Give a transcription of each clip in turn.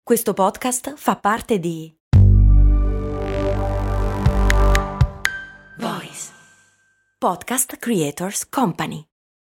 Questo podcast fa parte di Voice Podcast Creators Company.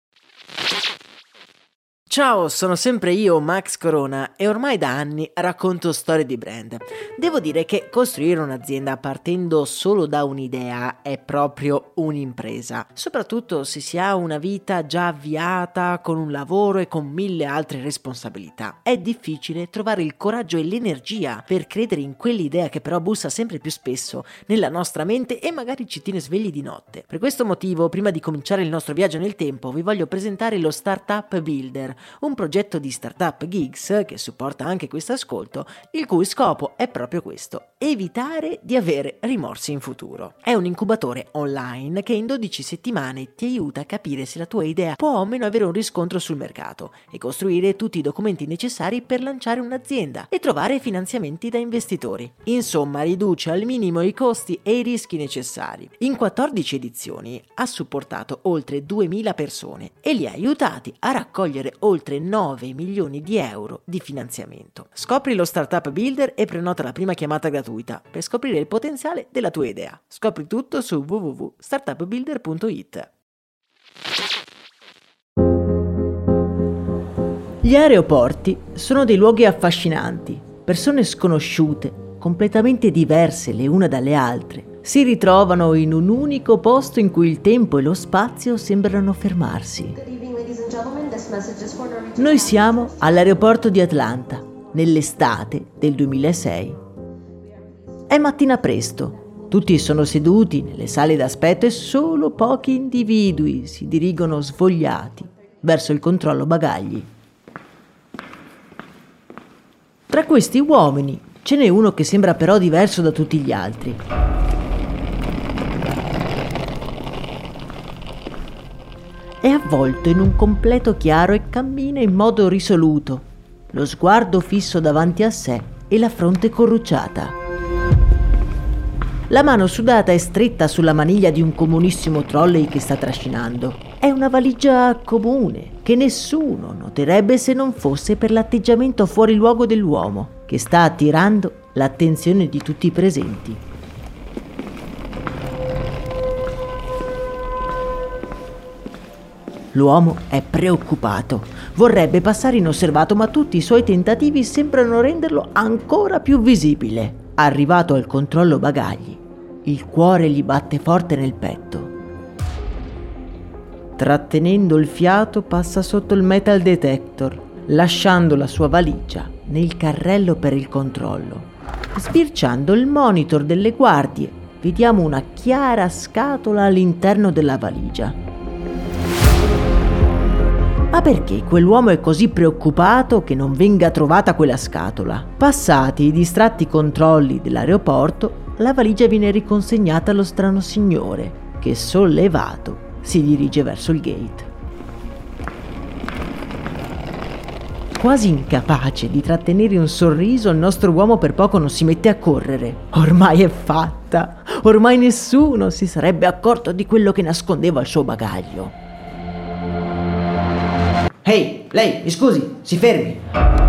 Ciao, sono sempre io, Max Corona, e ormai da anni racconto storie di brand. Devo dire che costruire un'azienda partendo solo da un'idea è proprio un'impresa, soprattutto se si ha una vita già avviata, con un lavoro e con 1000 altre responsabilità. È difficile trovare il coraggio e l'energia per credere in quell'idea che però bussa sempre più spesso nella nostra mente e magari ci tiene svegli di notte. Per questo motivo, prima di cominciare il nostro viaggio nel tempo, vi voglio presentare lo Startup Builder, un progetto di startup geeks che supporta anche questo ascolto, il cui scopo è proprio questo: evitare di avere rimorsi in futuro. È un incubatore online che in 12 settimane ti aiuta a capire se la tua idea può o meno avere un riscontro sul mercato e costruire tutti i documenti necessari per lanciare un'azienda e trovare finanziamenti da investitori. Insomma, riduce al minimo i costi e i rischi necessari. In 14 edizioni ha supportato oltre 2000 persone e li ha aiutati a raccogliere oltre 9 milioni di euro di finanziamento. Scopri lo Startup Builder e prenota la prima chiamata gratuita per scoprire il potenziale della tua idea. Scopri tutto su www.startupbuilder.it. Gli aeroporti sono dei luoghi affascinanti. Persone sconosciute, completamente diverse le une dalle altre, si ritrovano in un unico posto in cui il tempo e lo spazio sembrano fermarsi. Noi siamo all'aeroporto di Atlanta, nell'estate del 2006. È mattina presto, tutti sono seduti nelle sale d'aspetto e solo pochi individui si dirigono svogliati verso il controllo bagagli. Tra questi uomini ce n'è uno che sembra però diverso da tutti gli altri. È avvolto in un completo chiaro e cammina in modo risoluto, lo sguardo fisso davanti a sé e la fronte corrucciata. La mano sudata è stretta sulla maniglia di un comunissimo trolley che sta trascinando. È una valigia comune che nessuno noterebbe se non fosse per l'atteggiamento fuori luogo dell'uomo, che sta attirando l'attenzione di tutti i presenti. L'uomo è preoccupato, vorrebbe passare inosservato, ma tutti i suoi tentativi sembrano renderlo ancora più visibile. Arrivato al controllo bagagli, il cuore gli batte forte nel petto. Trattenendo il fiato passa sotto il metal detector, lasciando la sua valigia nel carrello per il controllo. Sbirciando il monitor delle guardie, vediamo una chiara scatola all'interno della valigia. Ma perché quell'uomo è così preoccupato che non venga trovata quella scatola? Passati i distratti controlli dell'aeroporto, la valigia viene riconsegnata allo strano signore, che sollevato si dirige verso il gate. Quasi incapace di trattenere un sorriso, il nostro uomo per poco non si mette a correre. Ormai è fatta, ormai nessuno si sarebbe accorto di quello che nascondeva il suo bagaglio. Ehi, lei, mi scusi, si fermi!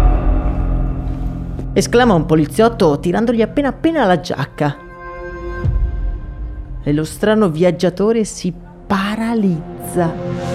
Esclama un poliziotto tirandogli appena la giacca. E lo strano viaggiatore si paralizza.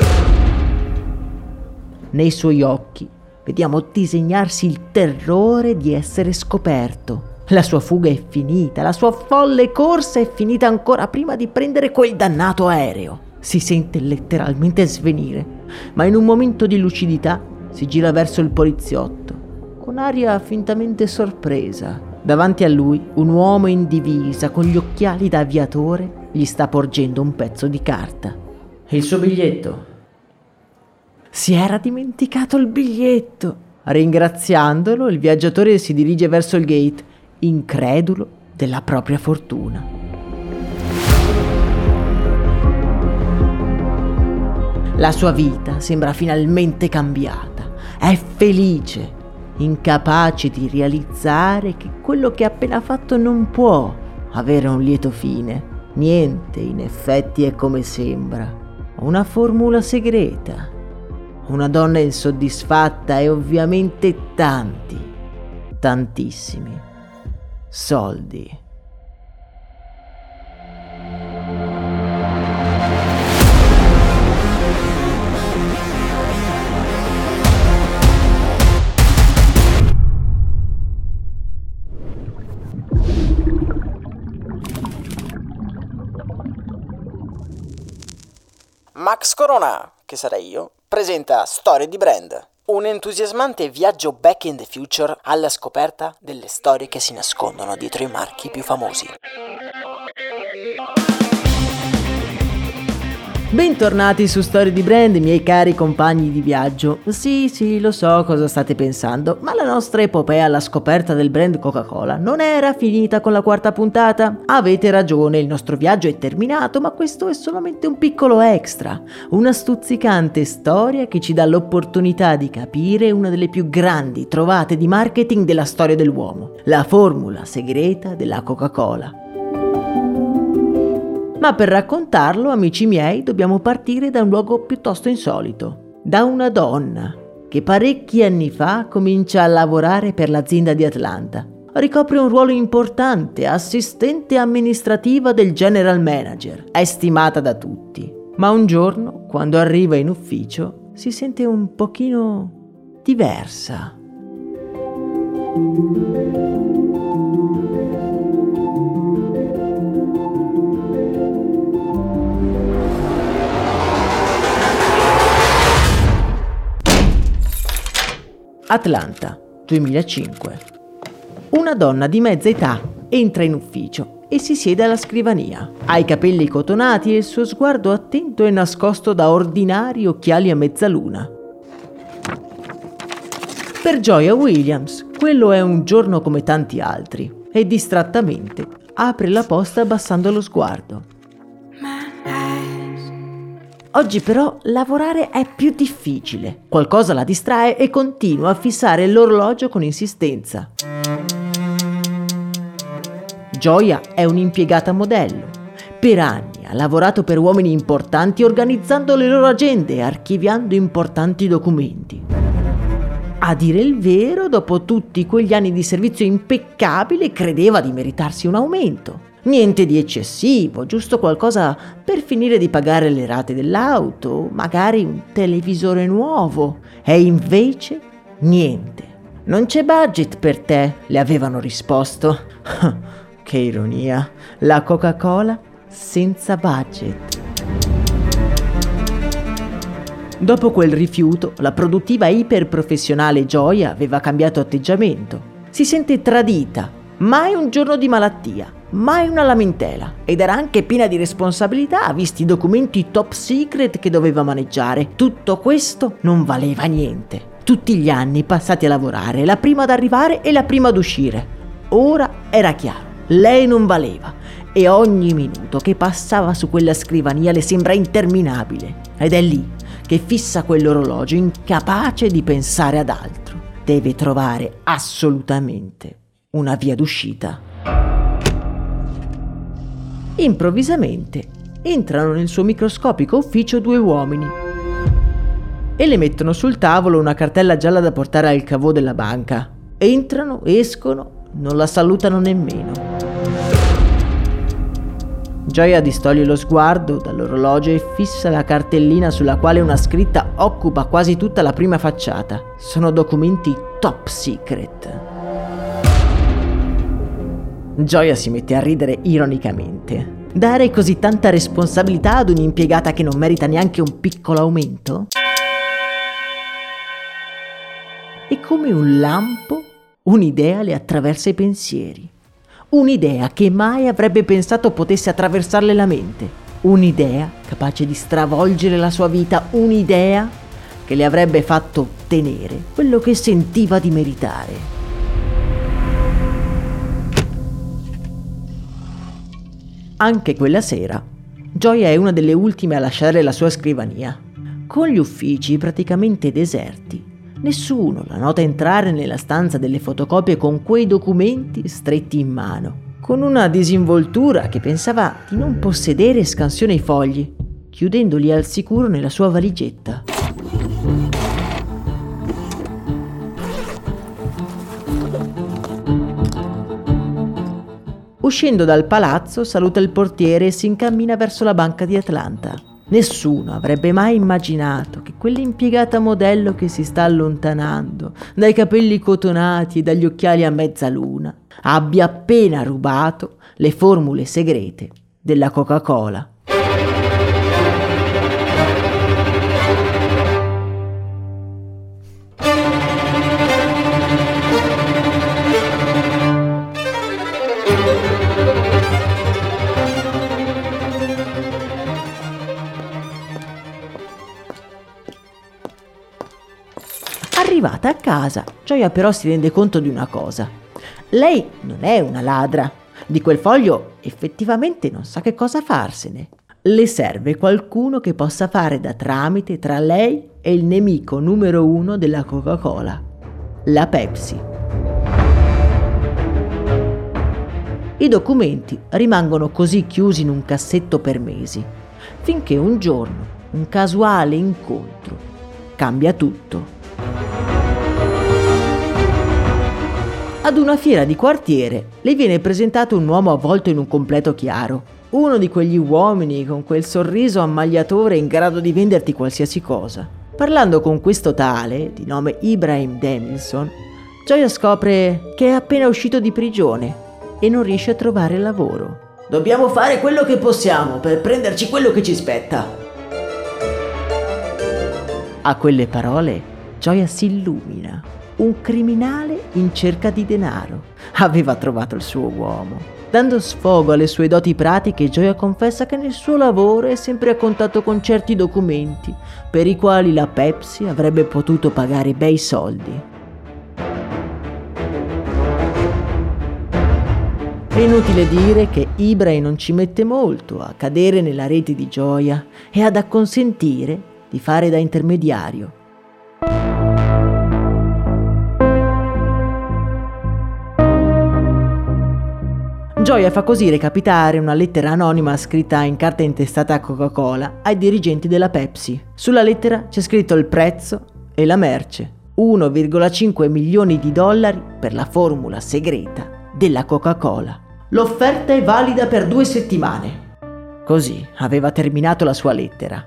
Nei suoi occhi vediamo disegnarsi il terrore di essere scoperto. La sua fuga è finita, la sua folle corsa è finita ancora prima di prendere quel dannato aereo. Si sente letteralmente svenire, ma in un momento di lucidità si gira verso il poliziotto, con aria fintamente sorpresa. Davanti a lui, un uomo in divisa, con gli occhiali da aviatore, gli sta porgendo un pezzo di carta. Il suo biglietto? Si era dimenticato il biglietto. Ringraziandolo, il viaggiatore si dirige verso il gate, incredulo della propria fortuna. La sua vita sembra finalmente cambiata. È felice, incapace di realizzare che quello che ha appena fatto non può avere un lieto fine. Niente, in effetti, è come sembra. Una formula segreta. Una donna insoddisfatta e ovviamente tanti tantissimi soldi. Max Corona, che sarei io, presenta Storie di Brand, un entusiasmante viaggio back in the future alla scoperta delle storie che si nascondono dietro i marchi più famosi. Bentornati su Storie di Brand, miei cari compagni di viaggio. Sì, lo so cosa state pensando, ma la nostra epopea alla scoperta del brand Coca-Cola non era finita con la quarta puntata? Avete ragione, il nostro viaggio è terminato, ma questo è solamente un piccolo extra, una stuzzicante storia che ci dà l'opportunità di capire una delle più grandi trovate di marketing della storia dell'uomo, la formula segreta della Coca-Cola. Ma per raccontarlo, amici miei, dobbiamo partire da un luogo piuttosto insolito, da una donna che parecchi anni fa comincia a lavorare per l'azienda di Atlanta. Ricopre un ruolo importante, assistente amministrativa del general manager, è stimata da tutti. Ma un giorno, quando arriva in ufficio, si sente un pochino diversa. Atlanta, 2005. Una donna di mezza età entra in ufficio e si siede alla scrivania. Ha i capelli cotonati e il suo sguardo attento è nascosto da ordinari occhiali a mezzaluna. Per Joya Williams, quello è un giorno come tanti altri e distrattamente apre la posta abbassando lo sguardo. Oggi però lavorare è più difficile. Qualcosa la distrae e continua a fissare l'orologio con insistenza. Joya è un'impiegata modello. Per anni ha lavorato per uomini importanti organizzando le loro agende e archiviando importanti documenti. A dire il vero, dopo tutti quegli anni di servizio impeccabile, credeva di meritarsi un aumento. Niente di eccessivo, giusto qualcosa per finire di pagare le rate dell'auto, magari un televisore nuovo. E invece niente. Non c'è budget per te, le avevano risposto. Che ironia, la Coca-Cola senza budget. Dopo quel rifiuto, la produttiva iperprofessionale Joya aveva cambiato atteggiamento. Si sente tradita, mai un giorno di malattia. Mai una lamentela, ed era anche piena di responsabilità visti i documenti top secret che doveva maneggiare. Tutto questo non valeva niente. Tutti gli anni passati a lavorare, la prima ad arrivare e la prima ad uscire. Ora era chiaro, lei non valeva e ogni minuto che passava su quella scrivania le sembra interminabile. Ed è lì che fissa quell'orologio, incapace di pensare ad altro. Deve trovare assolutamente una via d'uscita. Improvvisamente entrano nel suo microscopico ufficio due uomini e le mettono sul tavolo una cartella gialla da portare al caveau della banca. Entrano, escono, non la salutano nemmeno. Joya distoglie lo sguardo dall'orologio e fissa la cartellina sulla quale una scritta occupa quasi tutta la prima facciata. Sono documenti top secret. Joya si mette a ridere ironicamente. Dare così tanta responsabilità ad un'impiegata che non merita neanche un piccolo aumento? E come un lampo, un'idea le attraversa i pensieri. Un'idea che mai avrebbe pensato potesse attraversarle la mente. Un'idea capace di stravolgere la sua vita. Un'idea che le avrebbe fatto ottenere quello che sentiva di meritare. Anche quella sera, Joya è una delle ultime a lasciare la sua scrivania. Con gli uffici praticamente deserti, nessuno la nota entrare nella stanza delle fotocopie con quei documenti stretti in mano. Con una disinvoltura che pensava di non possedere, scansiona i fogli, chiudendoli al sicuro nella sua valigetta. Uscendo dal palazzo saluta il portiere e si incammina verso la banca di Atlanta. Nessuno avrebbe mai immaginato che quell'impiegata modello che si sta allontanando, dai capelli cotonati e dagli occhiali a mezzaluna, abbia appena rubato le formule segrete della Coca-Cola. Arrivata a casa, Gioia però si rende conto di una cosa. Lei non è una ladra. Di quel foglio effettivamente non sa che cosa farsene. Le serve qualcuno che possa fare da tramite tra lei e il nemico numero 1 della Coca-Cola, la Pepsi. I documenti rimangono così chiusi in un cassetto per mesi, finché un giorno un casuale incontro cambia tutto. Ad una fiera di quartiere le viene presentato un uomo avvolto in un completo chiaro, uno di quegli uomini con quel sorriso ammagliatore in grado di venderti qualsiasi cosa. Parlando con questo tale, di nome Ibrahim Demilson, Gioia scopre che è appena uscito di prigione e non riesce a trovare lavoro. Dobbiamo fare quello che possiamo per prenderci quello che ci spetta. A quelle parole Gioia si illumina. Un criminale in cerca di denaro. Aveva trovato il suo uomo. Dando sfogo alle sue doti pratiche, Gioia confessa che nel suo lavoro è sempre a contatto con certi documenti per i quali la Pepsi avrebbe potuto pagare bei soldi. È inutile dire che Ibrahim non ci mette molto a cadere nella rete di Gioia e ad acconsentire di fare da intermediario. Gioia fa così recapitare una lettera anonima scritta in carta intestata a Coca-Cola ai dirigenti della Pepsi. Sulla lettera c'è scritto il prezzo e la merce: 1,5 milioni di dollari per la formula segreta della Coca-Cola. L'offerta è valida per 2 settimane. Così aveva terminato la sua lettera.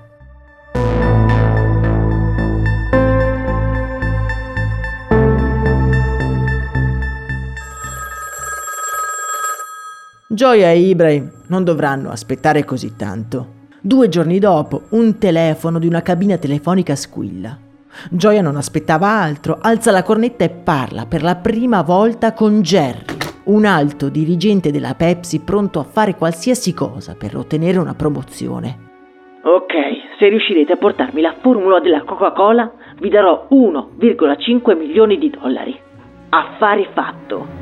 Gioia e Ibrahim non dovranno aspettare così tanto. 2 giorni dopo, un telefono di una cabina telefonica squilla. Gioia non aspettava altro, alza la cornetta e parla per la prima volta con Jerry, un alto dirigente della Pepsi pronto a fare qualsiasi cosa per ottenere una promozione. Ok, se riuscirete a portarmi la formula della Coca-Cola, vi darò 1,5 milioni di dollari. Affare fatto.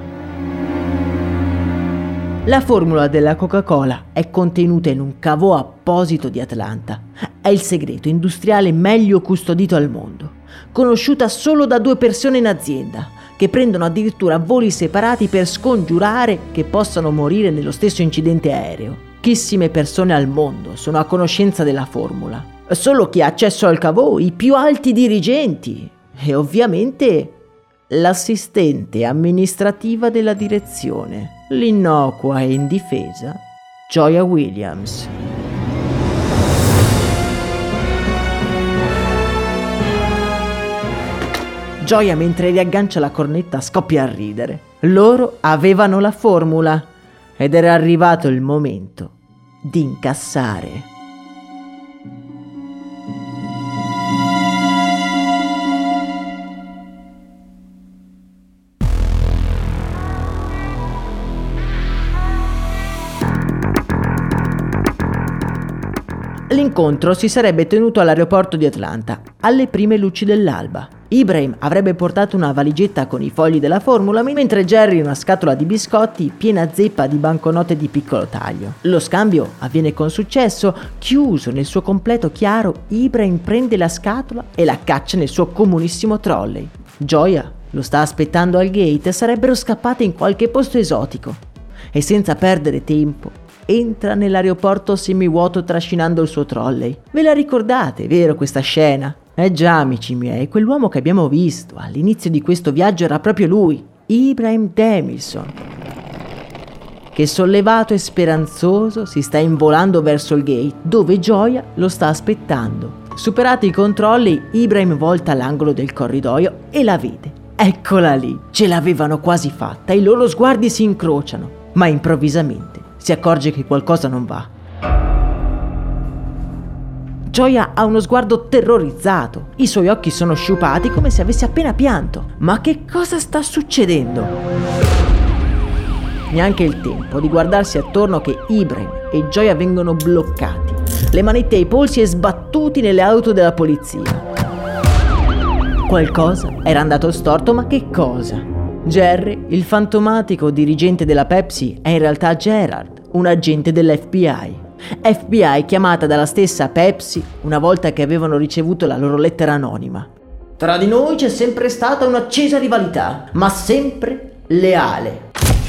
La formula della Coca-Cola è contenuta in un caveau apposito di Atlanta. È il segreto industriale meglio custodito al mondo, conosciuta solo da 2 persone in azienda, che prendono addirittura voli separati per scongiurare che possano morire nello stesso incidente aereo. Pochissime persone al mondo sono a conoscenza della formula. Solo chi ha accesso al caveau, i più alti dirigenti e ovviamente l'assistente amministrativa della direzione, l'innocua e indifesa Gioia Williams. Gioia, mentre riaggancia la cornetta, scoppia a ridere. Loro avevano la formula ed era arrivato il momento di incassare. L'incontro si sarebbe tenuto all'aeroporto di Atlanta, alle prime luci dell'alba. Ibrahim avrebbe portato una valigetta con i fogli della formula, mentre Jerry una scatola di biscotti piena zeppa di banconote di piccolo taglio. Lo scambio avviene con successo. Chiuso nel suo completo chiaro, Ibrahim prende la scatola e la caccia nel suo comunissimo trolley. Gioia lo sta aspettando al gate e sarebbero scappate in qualche posto esotico. E senza perdere tempo, entra nell'aeroporto semivuoto trascinando il suo trolley. Ve la ricordate, vero, questa scena? Già, amici miei, quell'uomo che abbiamo visto all'inizio di questo viaggio era proprio lui, Ibrahim Demilson. che sollevato e speranzoso si sta involando verso il gate dove Gioia lo sta aspettando. Superati i controlli, Ibrahim volta l'angolo del corridoio e la vede. Eccola lì, ce l'avevano quasi fatta, i loro sguardi si incrociano, ma improvvisamente si accorge che qualcosa non va. Gioia ha uno sguardo terrorizzato, i suoi occhi sono sciupati come se avesse appena pianto. Ma che cosa sta succedendo? Neanche il tempo di guardarsi attorno che Ibrahim e Gioia vengono bloccati, le manette ai polsi e sbattuti nelle auto della polizia. Qualcosa era andato storto, ma che cosa? Jerry, il fantomatico dirigente della Pepsi, è in realtà Gerard, un agente dell'FBI. FBI chiamata dalla stessa Pepsi una volta che avevano ricevuto la loro lettera anonima. Tra di noi c'è sempre stata un'accesa rivalità, ma sempre leale.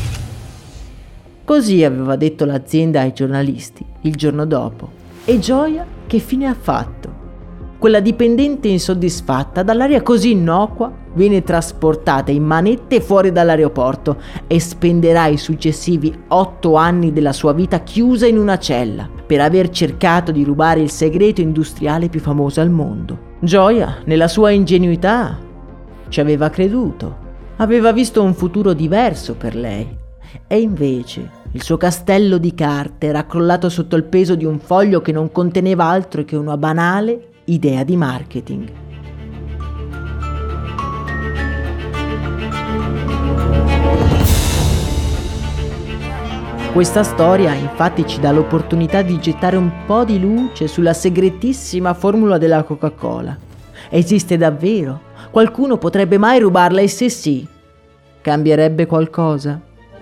Così aveva detto l'azienda ai giornalisti il giorno dopo. E Gioia che fine ha fatto? Quella dipendente insoddisfatta dall'aria così innocua viene trasportata in manette fuori dall'aeroporto e spenderà i successivi 8 anni della sua vita chiusa in una cella per aver cercato di rubare il segreto industriale più famoso al mondo. Gioia, nella sua ingenuità, ci aveva creduto. Aveva visto un futuro diverso per lei. E invece il suo castello di carte era crollato sotto il peso di un foglio che non conteneva altro che una banale idea di marketing. Questa storia infatti ci dà l'opportunità di gettare un po' di luce sulla segretissima formula della Coca-Cola. Esiste davvero? Qualcuno potrebbe mai rubarla e se sì, cambierebbe qualcosa?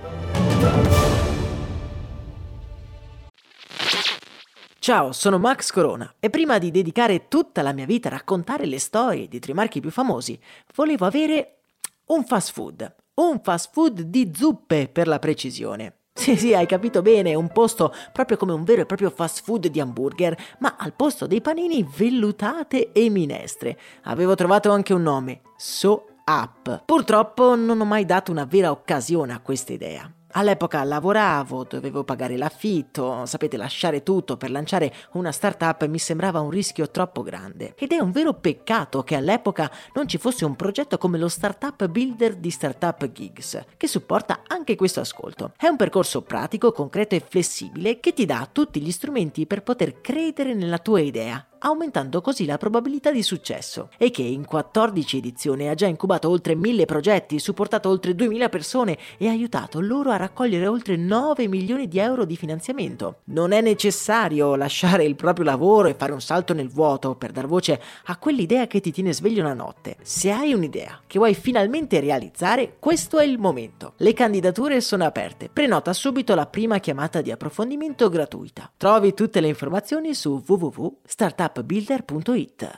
Ciao, sono Max Corona e prima di dedicare tutta la mia vita a raccontare le storie di 3 marchi più famosi, volevo avere un fast food di zuppe per la precisione. Sì, hai capito bene, un posto proprio come un vero e proprio fast food di hamburger, ma al posto dei panini vellutate e minestre. Avevo trovato anche un nome, So Up. Purtroppo non ho mai dato una vera occasione a questa idea. All'epoca lavoravo, dovevo pagare l'affitto, sapete, lasciare tutto per lanciare una startup mi sembrava un rischio troppo grande. Ed è un vero peccato che all'epoca non ci fosse un progetto come lo Startup Builder di Startup Gigs, che supporta anche questo ascolto. È un percorso pratico, concreto e flessibile che ti dà tutti gli strumenti per poter credere nella tua idea, aumentando così la probabilità di successo, e che in 14 edizioni ha già incubato oltre 1000 progetti, supportato oltre 2000 persone e aiutato loro a raccogliere oltre 9 milioni di euro di finanziamento. Non è necessario lasciare il proprio lavoro e fare un salto nel vuoto per dar voce a quell'idea che ti tiene sveglio la notte. Se hai un'idea che vuoi finalmente realizzare, questo è il momento. Le candidature sono aperte. Prenota subito la prima chiamata di approfondimento gratuita. Trovi tutte le informazioni su www.startupbuilder.it.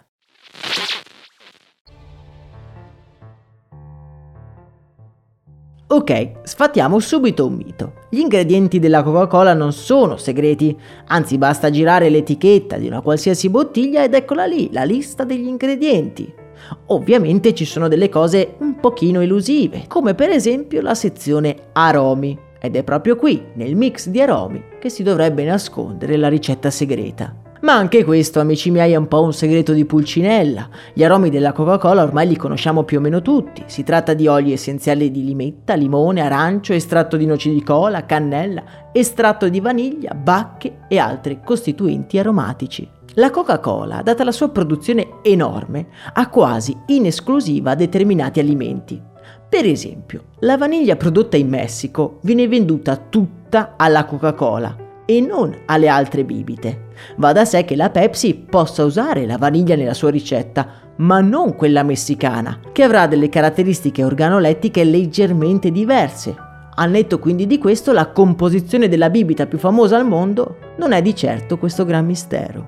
Ok, sfattiamo subito un mito. Gli ingredienti della Coca-Cola non sono segreti, anzi basta girare l'etichetta di una qualsiasi bottiglia ed eccola lì, la lista degli ingredienti. Ovviamente ci sono delle cose un pochino elusive, come per esempio la sezione aromi, ed è proprio qui, nel mix di aromi, che si dovrebbe nascondere la ricetta segreta. Ma anche questo, amici miei, è un po' un segreto di Pulcinella. Gli aromi della Coca-Cola ormai li conosciamo più o meno tutti. Si tratta di oli essenziali di limetta, limone, arancio, estratto di noci di cola, cannella, estratto di vaniglia, bacche e altri costituenti aromatici. La Coca-Cola, data la sua produzione enorme, ha quasi in esclusiva determinati alimenti. Per esempio, la vaniglia prodotta in Messico viene venduta tutta alla Coca-Cola e non alle altre bibite. Va da sé che la Pepsi possa usare la vaniglia nella sua ricetta, ma non quella messicana, che avrà delle caratteristiche organolettiche leggermente diverse. Al netto quindi di questo, la composizione della bibita più famosa al mondo non è di certo questo gran mistero.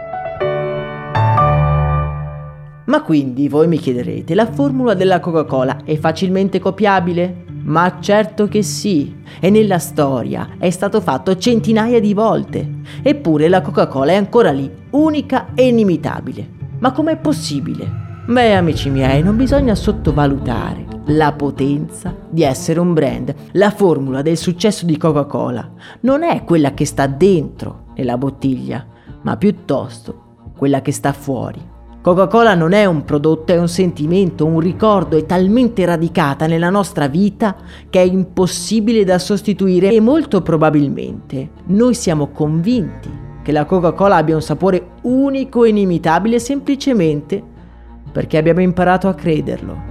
Ma quindi voi mi chiederete, la formula della Coca-Cola è facilmente copiabile? Ma certo che sì, e nella storia è stato fatto centinaia di volte. Eppure la Coca-Cola è ancora lì, unica e inimitabile. Ma com'è possibile? Beh, amici miei, non bisogna sottovalutare la potenza di essere un brand. La formula del successo di Coca-Cola non è quella che sta dentro nella bottiglia, ma piuttosto quella che sta fuori. Coca-Cola non è un prodotto, è un sentimento, un ricordo, è talmente radicata nella nostra vita che è impossibile da sostituire e molto probabilmente noi siamo convinti che la Coca-Cola abbia un sapore unico e inimitabile semplicemente perché abbiamo imparato a crederlo.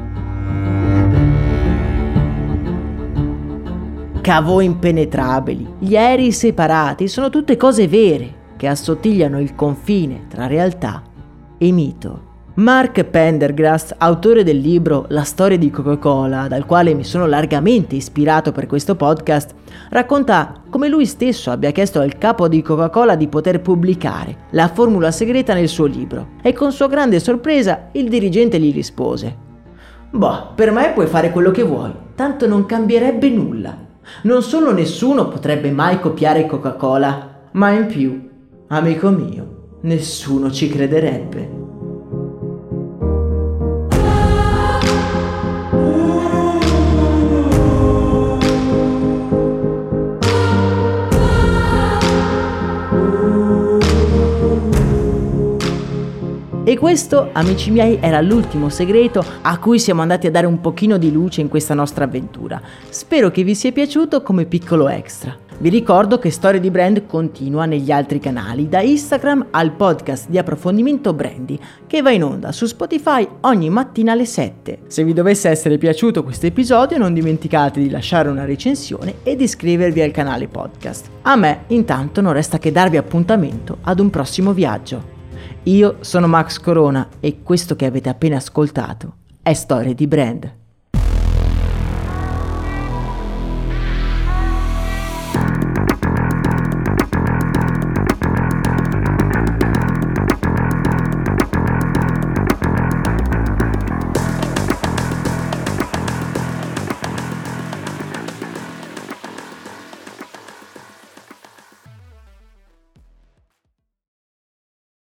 Cavò impenetrabili, gli aerei separati sono tutte cose vere che assottigliano il confine tra realtà e mito. Mark Pendergrast, autore del libro La storia di Coca-Cola, dal quale mi sono largamente ispirato per questo podcast, racconta come lui stesso abbia chiesto al capo di Coca-Cola di poter pubblicare la formula segreta nel suo libro e con sua grande sorpresa il dirigente gli rispose: «Boh, per me puoi fare quello che vuoi, tanto non cambierebbe nulla. Non solo nessuno potrebbe mai copiare Coca-Cola, ma in più, amico mio, nessuno ci crederebbe». E questo, amici miei, era l'ultimo segreto a cui siamo andati a dare un pochino di luce in questa nostra avventura. Spero che vi sia piaciuto come piccolo extra. Vi ricordo che Storie di Brand continua negli altri canali, da Instagram al podcast di approfondimento Brandy, che va in onda su Spotify ogni mattina alle 7. Se vi dovesse essere piaciuto questo episodio, non dimenticate di lasciare una recensione e di iscrivervi al canale podcast. A me, intanto, non resta che darvi appuntamento ad un prossimo viaggio. Io sono Max Corona e questo che avete appena ascoltato è Storie di Brand.